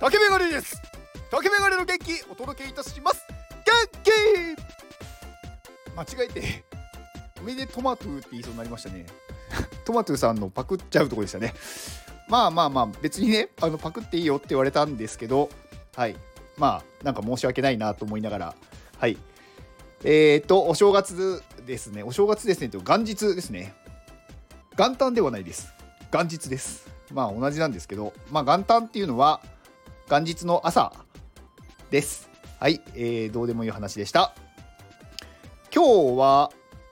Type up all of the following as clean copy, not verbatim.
竹メガネです。竹メガネの元気お届けいたします。元気間違えておめでトマトゥーって言いそうになりましたね。トマトゥーさんのパクっちゃうとこでしたね。まあ別にねパクっていいよって言われたんですけど、はいなんか申し訳ないなと思いながら、はいお正月ですね。お正月ですねと元日ですね。元旦ではないです。元日です。同じなんですけど、元旦っていうのは元日の朝です。はい、どうでもいい話でした。今日は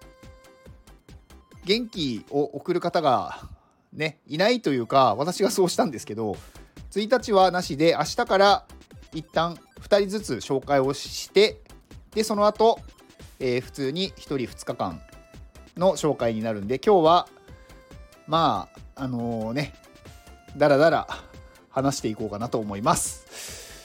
元気を送る方がねいないというか、私がそうしたんですけど、1日はなしで明日から一旦2人ずつ紹介をして、でその後、普通に1人2日間の紹介になるんで、今日はだらだら話していこうかなと思います。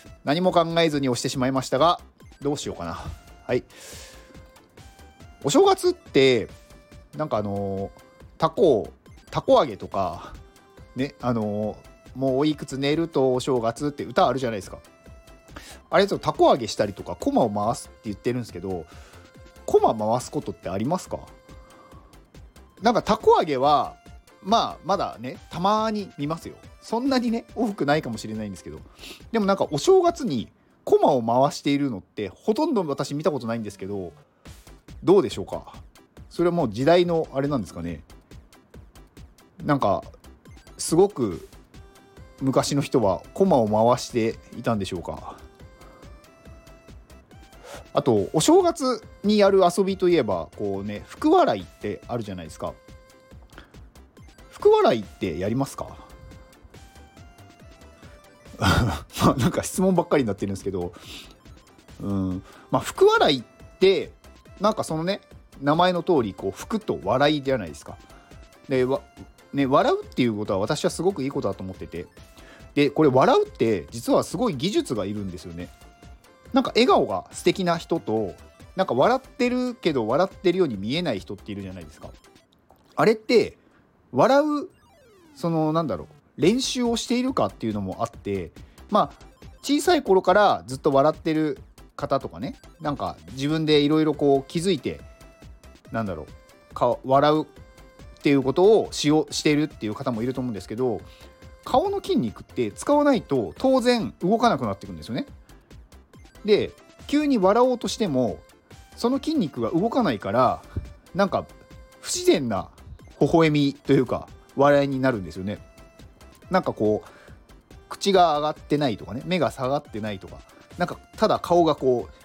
何も考えずに押してしまいましたが、どうしようかな。はい。お正月ってなんかたこ揚げとかね、もうおいくつ寝るとお正月って歌あるじゃないですか。あれとたこ揚げしたりとかコマを回すって言ってるんですけど、コマ回すことってありますか？なんかたこ揚げはまだねたまに見ますよ。そんなにね多くないかもしれないんですけど、でもなんかお正月にコマを回しているのってほとんど私見たことないんですけど、どうでしょうか？それはもう時代のあれなんですかね。なんかすごく昔の人はコマを回していたんでしょうか？あとお正月にやる遊びといえば福笑いってあるじゃないですか。福笑いってやりますか？なんか質問ばっかりになってるんですけど、福笑いってなんかそのね名前の通り福と笑いじゃないですか。で笑うっていうことは私はすごくいいことだと思ってて、でこれ笑うって実はすごい技術がいるんですよね。なんか笑顔が素敵な人と、なんか笑ってるけど笑ってるように見えない人っているじゃないですか。あれって笑う練習をしているかっていうのもあって、小さい頃からずっと笑ってる方とかね、なんか自分でいろいろ気づいて笑うっていうことをしているっていう方もいると思うんですけど、顔の筋肉って使わないと当然動かなくなってくるんですよね。で急に笑おうとしてもその筋肉が動かないから、なんか不自然な微笑みというか笑いになるんですよね。なんか口が上がってないとかね、目が下がってないとか、なんかただ顔が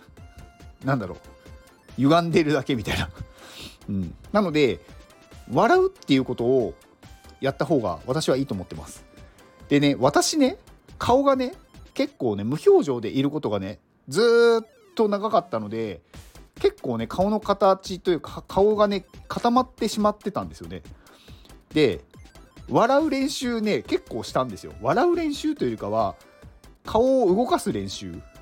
歪んでるだけみたいな、なので笑うっていうことをやった方が私はいいと思ってます。でね、私ね顔がね結構ね無表情でいることがねずーっと長かったので、結構ね顔の形というか顔がね固まってしまってたんですよね。で笑う練習ね結構したんですよ。笑う練習というよりかは顔を動かす練習だから、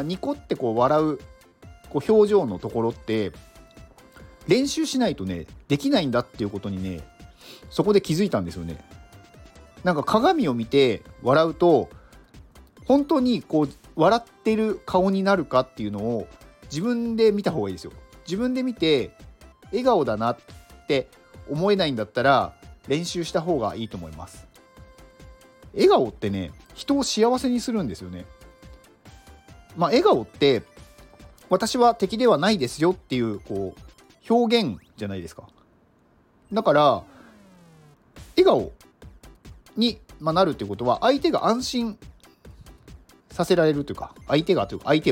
ニコって笑う表情のところって練習しないとねできないんだっていうことにね、そこで気づいたんですよね。なんか鏡を見て笑うと本当に笑ってる顔になるかっていうのを自分で見た方がいいですよ。自分で見て笑顔だなって思えないんだったら練習した方がいいと思います。笑顔ってね人を幸せにするんですよね。笑顔って私は敵ではないですよっていう表現じゃないですか。だから笑顔になるっていうことは相手が安心させられるというか、相手を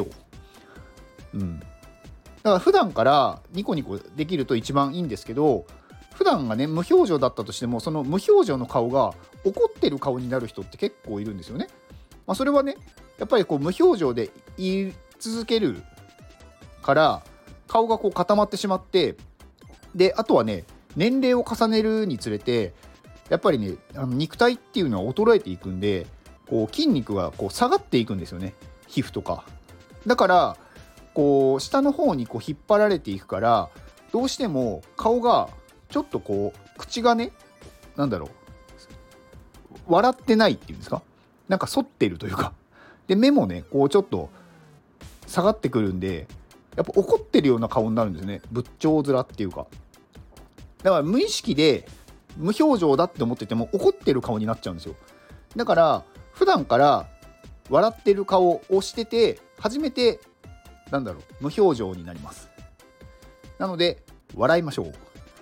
だから普段からニコニコできると一番いいんですけど、普段がね無表情だったとしても、その無表情の顔が怒ってる顔になる人って結構いるんですよね。それはねやっぱり無表情で言い続けるから顔が固まってしまって、であとはね年齢を重ねるにつれてやっぱりね肉体っていうのは衰えていくんで、筋肉が下がっていくんですよね、皮膚とか。だから下の方に引っ張られていくから、どうしても顔がちょっと口がね笑ってないっていうんですか、 なんか反ってるというか、で目もねこうちょっと下がってくるんで、やっぱ怒ってるような顔になるんですね。仏頂面っていうか、だから無意識で無表情だって思ってても怒ってる顔になっちゃうんですよ。だから普段から笑ってる顔をしてて初めて無表情になります。なので笑いましょう。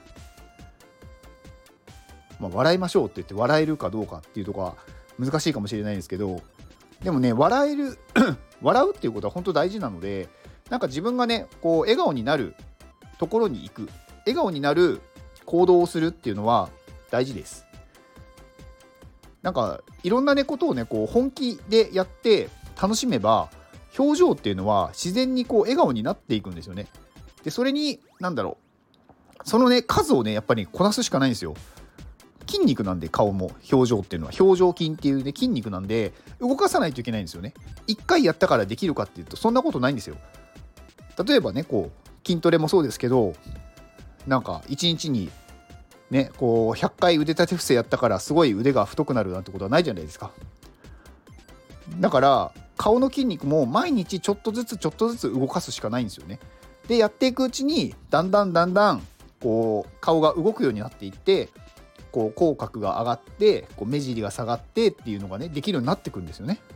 笑いましょうって言って笑えるかどうかっていうところは難しいかもしれないんですけど、でもね笑うっていうことは本当大事なので、なんか自分がねこう笑顔になるところに行く、笑顔になる行動をするっていうのは大事です。なんかいろんなねことをねこう本気でやって楽しめば、表情っていうのは自然にこう笑顔になっていくんですよね。でそれにそのね数をねやっぱりこなすしかないんですよ。筋肉なんで、顔も表情っていうのは表情筋っていうね筋肉なんで、動かさないといけないんですよね。一回やったからできるかっていうとそんなことないんですよ。例えばねこう筋トレもそうですけど、なんか1日にねこう100回腕立て伏せやったからすごい腕が太くなるなんてことはないじゃないですか。だから顔の筋肉も毎日ちょっとずつ動かすしかないんですよね。でやっていくうちにだんだんこう顔が動くようになっていって、こう口角が上がってこう目尻が下がってっていうのがねできるようになってくるんですよね。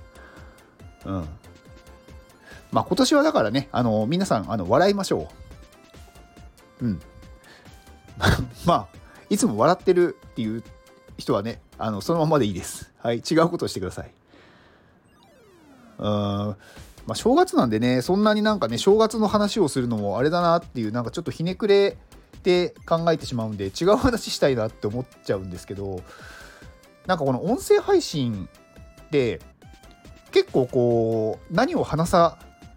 今年はだからね皆さん笑いましょう。いつも笑ってるっていう人はねそのままでいいです。はい、違うことをしてください。正月なんでね、そんなに正月の話をするのもあれだなっていう、ちょっとひねくれて考えてしまうんで違う話したいなって思っちゃうんですけど、この音声配信って結構こう何を話さ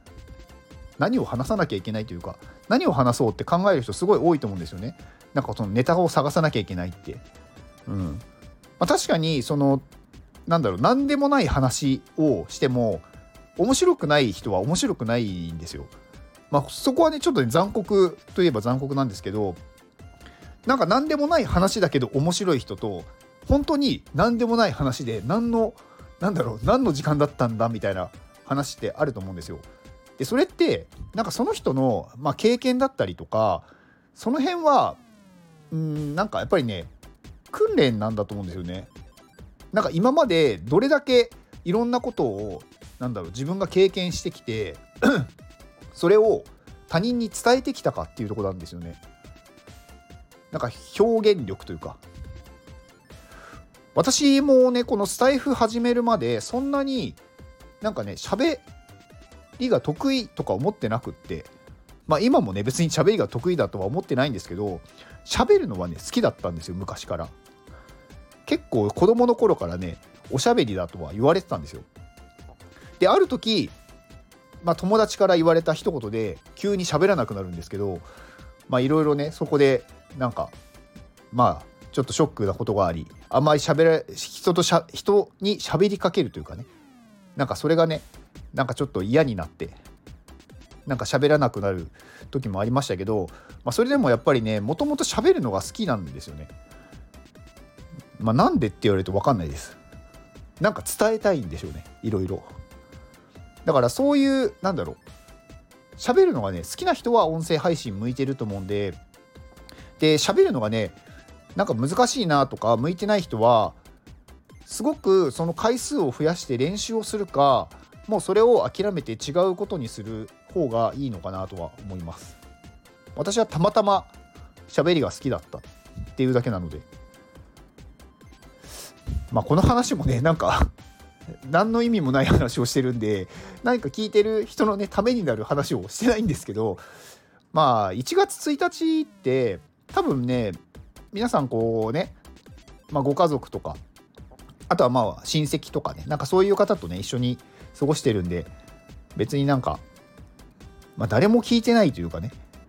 なきゃいけないというか、何を話そうって考える人すごい多いと思うんですよね。そのネタを探さなきゃいけないって。確かに何でもない話をしても面白くない人は面白くないんですよ。そこはねちょっとね残酷といえば残酷なんですけど、何でもない話だけど面白い人と、本当に何でもない話で何の時間だったんだみたいな話ってあると思うんですよ。でそれってその人の、経験だったりとか、その辺はやっぱりね訓練なんだと思うんですよね。今までどれだけいろんなことを自分が経験してきてそれを他人に伝えてきたかっていうところなんですよね。表現力というか、私もねこのスタイフ始めるまでそんなに喋りが得意とか思ってなくって、今もね別に喋りが得意だとは思ってないんですけど、喋るのはね好きだったんですよ。昔から結構子供の頃からねおしゃべりだとは言われてたんですよ。である時友達から言われた一言で急に喋らなくなるんですけど、いろいろねそこでちょっとショックなことがあり、あんまり人に喋りかけるというかね、それがねちょっと嫌になって喋らなくなる時もありましたけど、それでもやっぱりねもともと喋るのが好きなんですよね。なんでって言われると分かんないです。伝えたいんでしょうね、いろいろ。だからそういう喋るのがね好きな人は音声配信向いてると思うんで、喋るのがね難しいなとか向いてない人は、すごくその回数を増やして練習をするか、もうそれを諦めて違うことにする方がいいのかなとは思います。私はたまたま喋りが好きだったっていうだけなので、この話もね何の意味もない話をしてるんで、何か聞いてる人のねためになる話をしてないんですけど、1月1日って多分ね皆さんこうね、ご家族とか、あとは親戚とかねそういう方とね一緒に過ごしてるんで、別に誰も聞いてないというかね、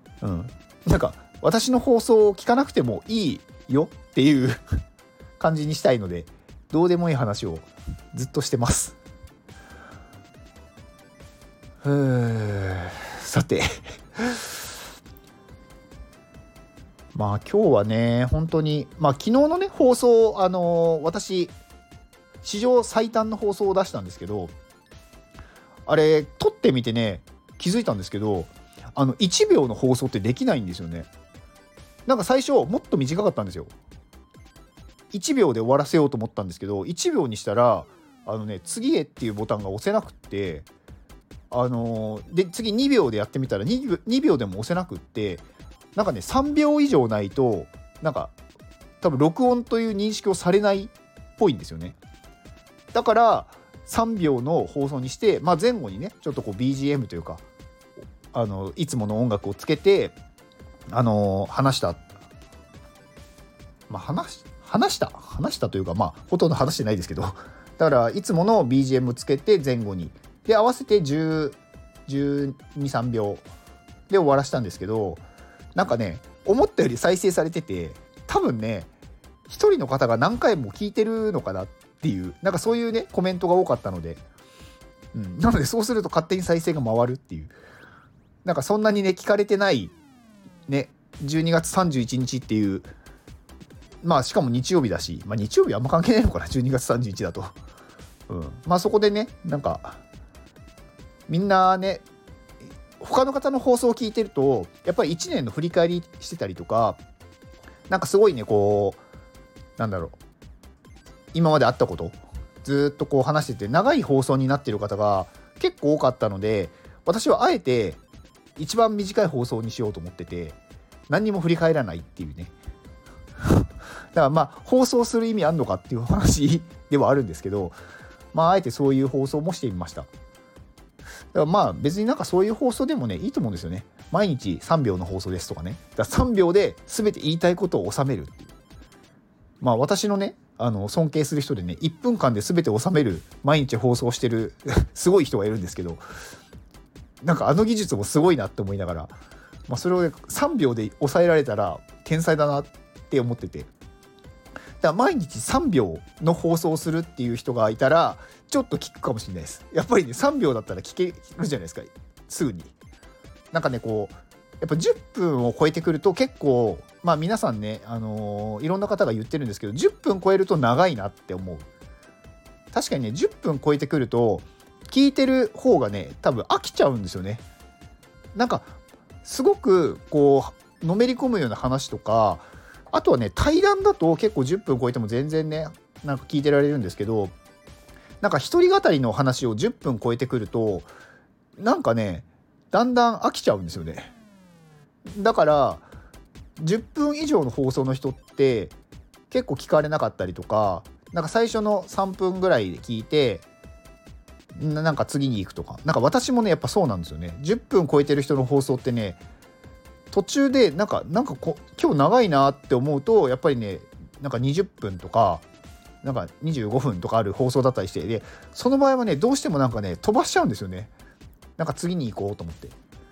私の放送を聞かなくてもいいよっていう感じにしたいので、どうでもいい話をずっとしてます。さて今日はね本当に昨日のね放送私史上最短の放送を出したんですけど、あれ撮ってみてね気づいたんですけど、1秒の放送ってできないんですよね。なんか最初もっと短かったんですよ。1秒で終わらせようと思ったんですけど、1秒にしたら次へっていうボタンが押せなくって、で次2秒でやってみたら 2秒でも押せなくって、なんかね3秒以上ないとなんか多分録音という認識をされないっぽいんですよね。だから3秒の放送にして、前後にねちょっとこう BGM というかいつもの音楽をつけて話したというかほとんど話してないですけど、だからいつもの BGM つけて前後にで合わせて12、3秒で終わらしたんですけど、なんかね思ったより再生されてて、多分ね一人の方が何回も聞いてるのかなっていう、なんかそういうねコメントが多かったので、なのでそうすると勝手に再生が回るっていう、なんかそんなにね聞かれてないね12月31日っていう、しかも日曜日だし、日曜日はあんま関係ないのかな12月31日だと、そこでねなんかみんなね他の方の放送を聞いてるとやっぱり1年の振り返りしてたりとか、なんかすごいねこう今まであったことずっとこう話してて長い放送になってる方が結構多かったので、私はあえて一番短い放送にしようと思ってて、何にも振り返らないっていうねだから放送する意味あんのかっていう話ではあるんですけど、あえてそういう放送もしてみました。だから別になんかそういう放送でもねいいと思うんですよね。毎日3秒の放送ですとかね、だから3秒で全て言いたいことを収めるっていう、私のね尊敬する人でね1分間で全て収める毎日放送してるすごい人がいるんですけど、なんか技術もすごいなって思いながら、それを3秒で抑えられたら天才だなって思ってて、だから毎日3秒の放送をするっていう人がいたらちょっと聞くかもしれないです。やっぱりね3秒だったら聞けるじゃないですか、すぐに。なんかねこうやっぱ10分を超えてくると結構皆さんね、いろんな方が言ってるんですけど、10分超えると長いなって思う。確かにね10分超えてくると聞いてる方がね多分飽きちゃうんですよね。なんかすごくこうのめり込むような話とか、あとはね対談だと結構10分超えても全然ねなんか聞いてられるんですけど、なんか一人語りの話を10分超えてくるとなんかねだんだん飽きちゃうんですよね。だから10分以上の放送の人って結構聞かれなかったりとか、なんか最初の3分ぐらいで聞いてなんか次に行くとか、なんか私もねやっぱそうなんですよね。10分超えてる人の放送ってね途中でなんか今日長いなって思うとやっぱりねなんか20分とかなんか25分とかある放送だったりして、でその場合はねどうしてもなんかね飛ばしちゃうんですよね。なんか次に行こうと思って。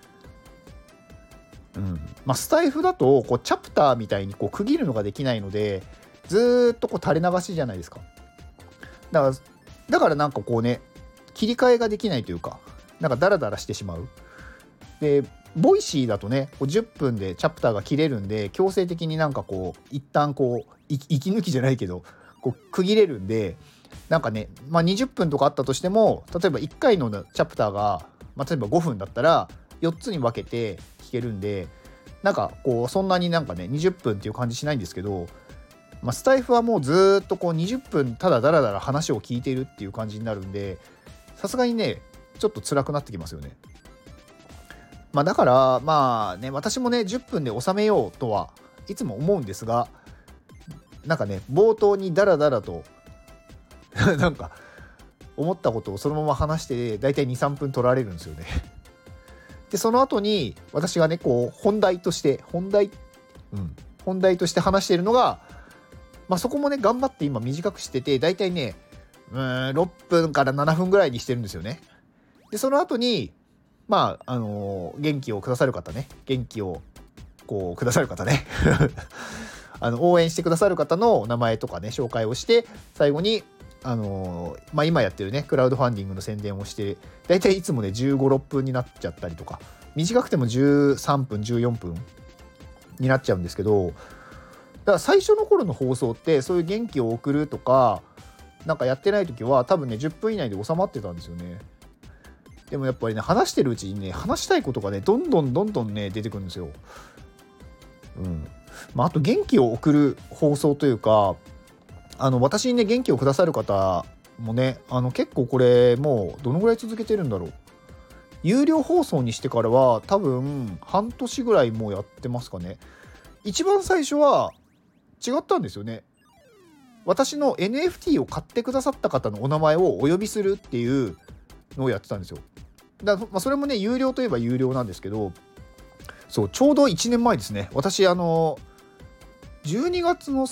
スタイフだとこうチャプターみたいにこう区切るのができないのでずっとこう垂れ流しじゃないですか。だからなんかこうね切り替えができないというか、なんかダラダラしてしまう。でボイシーだとねこう10分でチャプターが切れるんで、強制的になんかこう一旦こう息抜きじゃないけどこう区切れるんで、なんかね20分とかあったとしても、例えば1回のチャプターが、例えば5分だったら4つに分けて聞けるんで、なんかこうそんなになんかね20分っていう感じしないんですけど、スタイフはもうずっとこう20分ただダラダラ話を聞いているっていう感じになるんで、さすがにねちょっと辛くなってきますよね。だから私もね10分で収めようとはいつも思うんですが、なんかね冒頭にダラダラとなんか思ったことをそのまま話してだいたい 2,3 分取られるんですよね。でその後に私がねこう本題として話しているのが、そこもね頑張って今短くしててだいたいね6分から7分ぐらいにしてるんですよね。でその後に元気をくださる方ね応援してくださる方の名前とかね紹介をして、最後に今やってるねクラウドファンディングの宣伝をして、だいたいいつもね15、6分になっちゃったりとか、短くても13分14分になっちゃうんですけど、だから最初の頃の放送ってそういう元気を送るとかなんかやってない時は多分ね10分以内で収まってたんですよね。でもやっぱりね話してるうちにね話したいことがねどんどんね出てくるんですよ。あと元気を送る放送というか私にね元気をくださる方もね結構これもうどのぐらい続けてるんだろう。有料放送にしてからは多分半年ぐらいもうやってますかね。一番最初は違ったんですよね。私の NFT を買ってくださった方のお名前をお呼びするっていうのをやってたんですよ。それもね有料といえば有料なんですけど、そうちょうど1年前ですね。私12月の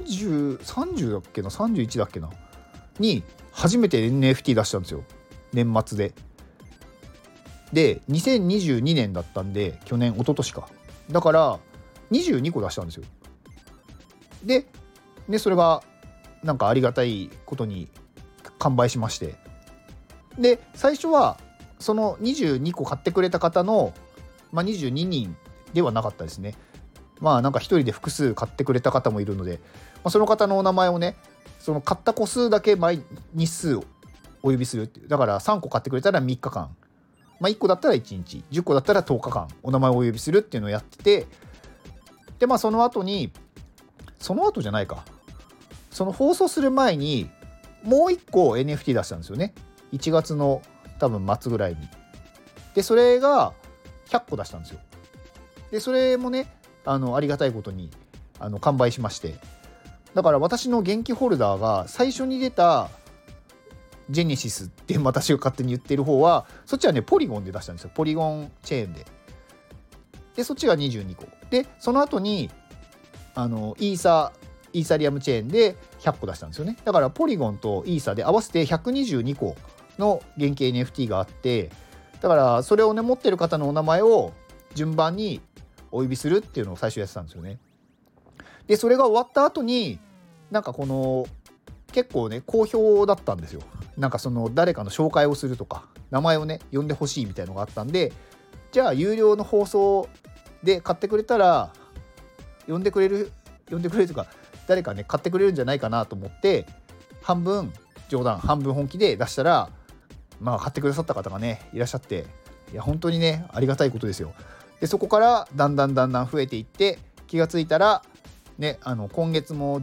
30だっけな31だっけなに初めて NFT 出したんですよ、年末で。で2022年だったんで一昨年か、だから22個出したんですよ。でそれがなんかありがたいことに完売しまして、で最初はその22個買ってくれた方の、22人ではなかったですね。なんか1人で複数買ってくれた方もいるので、その方のお名前をねその買った個数だけ日数をお呼びするっていう。だから3個買ってくれたら3日間、1個だったら1日、10個だったら10日間お名前をお呼びするっていうのをやってて、でその後じゃないか、その放送する前にもう1個 NFT 出したんですよね。1月の多分末ぐらいに。でそれが100個出したんですよ。でそれもねありがたいことに完売しまして、だから私の元気ホルダーが最初に出たジェネシスって私が勝手に言ってる方は、そっちはねポリゴンで出したんですよ。ポリゴンチェーンで。でそっちが22個で、その後にイーサリアムチェーンで100個出したんですよね。だからポリゴンとイーサで合わせて122個の原型 NFT があって、だからそれをね持ってる方のお名前を順番にお呼びするっていうのを最初やってたんですよね。でそれが終わった後になんか結構ね好評だったんですよ。なんか誰かの紹介をするとか名前をね呼んでほしいみたいのがあったんで、じゃあ有料の放送で買ってくれたら呼んでくれるとか誰かね買ってくれるんじゃないかなと思って、半分冗談半分本気で出したら買ってくださった方がねいらっしゃって、いや本当にねありがたいことですよ。でそこからだんだん増えていって、気がついたらね今月も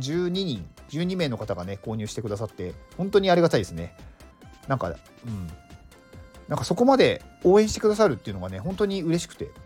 12名の方がね購入してくださって、本当にありがたいですね。なんかそこまで応援してくださるっていうのがね本当に嬉しくて、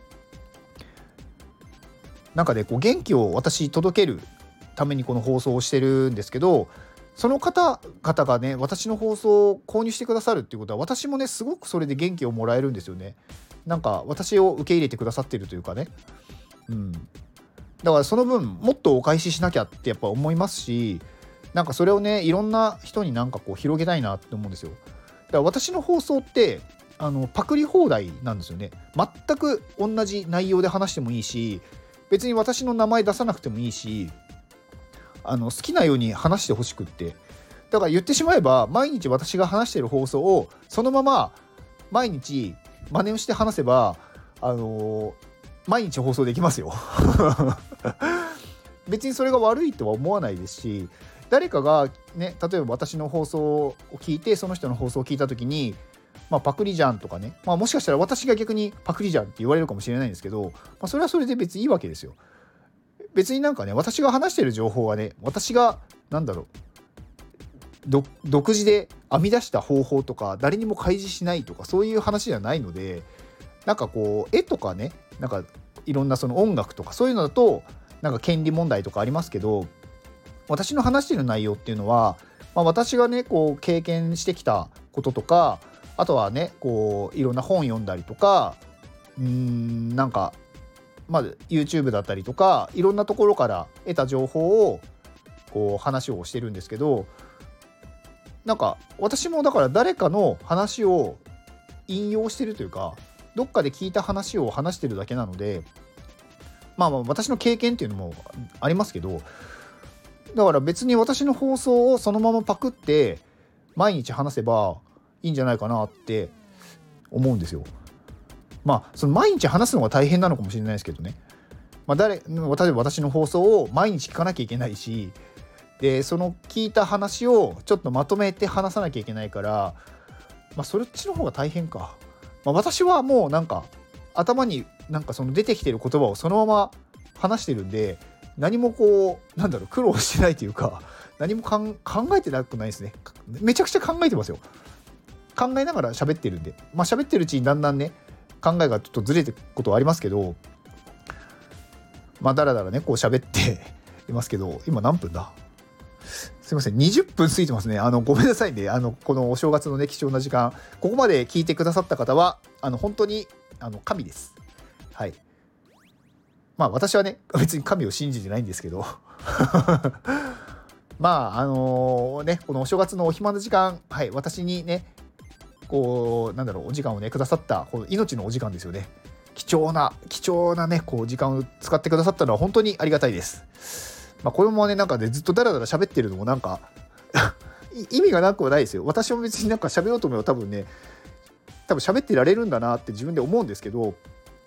なんかね元気を私届けるためにこの放送をしてるんですけど、その方々がね私の放送を購入してくださるっていうことは、私もねすごくそれで元気をもらえるんですよね。なんか私を受け入れてくださってるというかね、だからその分もっとお返ししなきゃってやっぱ思いますし、なんかそれをねいろんな人になんか広げたいなって思うんですよ。だから私の放送ってパクリ放題なんですよね。全く同じ内容で話してもいいし、別に私の名前出さなくてもいいし、好きなように話してほしくって、だから言ってしまえば毎日私が話してる放送をそのまま毎日真似をして話せば毎日放送できますよ別にそれが悪いとは思わないですし、誰かがね例えば私の放送を聞いてその人の放送を聞いた時にパクリじゃんとかね、もしかしたら私が逆にパクリじゃんって言われるかもしれないんですけど、それはそれで別にいいわけですよ。別になんかね私が話してる情報はね、私が独自で編み出した方法とか誰にも開示しないとかそういう話じゃないので、なんか絵とかねなんかいろんなその音楽とかそういうのだとなんか権利問題とかありますけど、私の話してる内容っていうのは、私がね経験してきたこととか、あとはねいろんな本読んだりとかなんかYouTube だったりとかいろんなところから得た情報を話をしてるんですけど、なんか私もだから誰かの話を引用してるというか、どっかで聞いた話を話してるだけなので、私の経験っていうのもありますけど、だから別に私の放送をそのままパクって毎日話せばいいんじゃないかなって思うんですよ。その毎日話すのが大変なのかもしれないですけどね、例えば私の放送を毎日聞かなきゃいけないし、 でその聞いた話をちょっとまとめて話さなきゃいけないから、そっちの方が大変か。私はもうなんか頭になんかその出てきてる言葉をそのまま話してるんで、何もこう苦労してないというか、何も考えてなくないですね。めちゃくちゃ考えてますよ。考えながら喋ってるんで、喋ってるうちにだんだんね考えがちょっとずれていくことはありますけど、だらだらねこう喋っていますけど、今何分だ、すいません、20分過ぎてますね。ごめんなさいね。このお正月のね貴重な時間、ここまで聞いてくださった方は本当に神です。はい。私はね別に神を信じてないんですけどこのお正月のお暇な時間、私にねお時間をねくださった、この命のお時間ですよね。貴重なね時間を使ってくださったのは本当にありがたいです。これもねずっとダラダラ喋ってるのも意味がなくはないですよ。私も別に喋ろうと思えば多分喋ってられるんだなって自分で思うんですけど、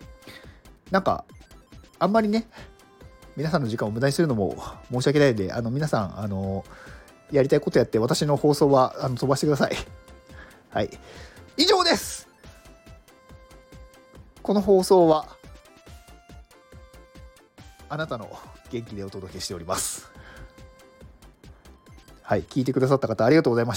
あんまりね皆さんの時間を無駄にするのも申し訳ないので、皆さんやりたいことやって私の放送は飛ばしてください。はい、以上です。この放送はあなたの元気でお届けしております。はい、聞いてくださった方ありがとうございました。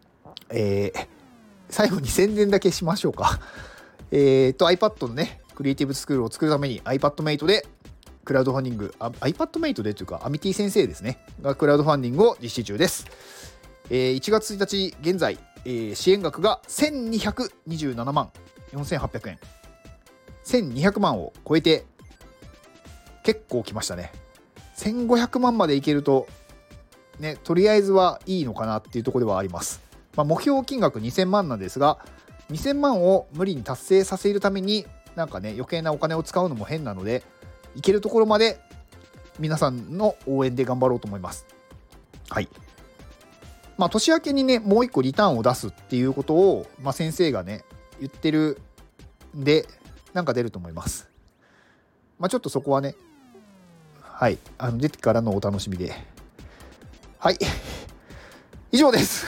最後に宣伝だけしましょうか。iPad のねクリエイティブスクールを作るために iPadMate でクラウドファンディング、iPadMate でというかアミティ先生ですねがクラウドファンディングを実施中です。1月1日現在、支援額が1227万4800円、1200万を超えて結構来ましたね。1500万までいけるとね、とりあえずはいいのかなっていうところではあります。目標金額2000万なんですが、2000万を無理に達成させるために余計なお金を使うのも変なので、いけるところまで皆さんの応援で頑張ろうと思います。はい。年明けにねもう一個リターンを出すっていうことを、先生がね言ってるんで出ると思います。ちょっとそこはね、はい出てからのお楽しみで。はい以上です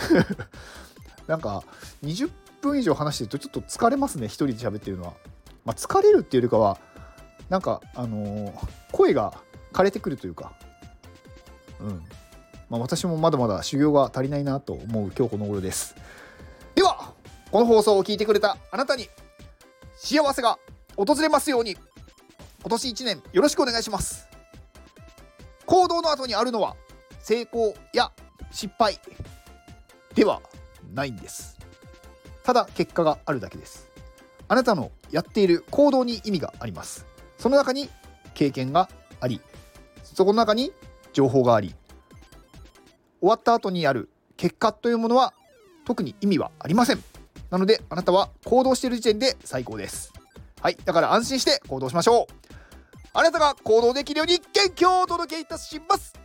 20分以上話してるとちょっと疲れますね、一人で喋ってるのは。疲れるっていうよりかは声が枯れてくるというか、私もまだまだ修行が足りないなと思う今日この頃です。ではこの放送を聞いてくれたあなたに幸せが訪れますように、今年1年よろしくお願いします。行動の後にあるのは成功や失敗ではないんです。ただ結果があるだけです。あなたのやっている行動に意味があります。その中に経験があり、そこの中に情報があり、終わった後にある結果というものは特に意味はありません。なのであなたは行動している時点で最高です。はい、だから安心して行動しましょう。あなたが行動できるように元気をお届けいたします。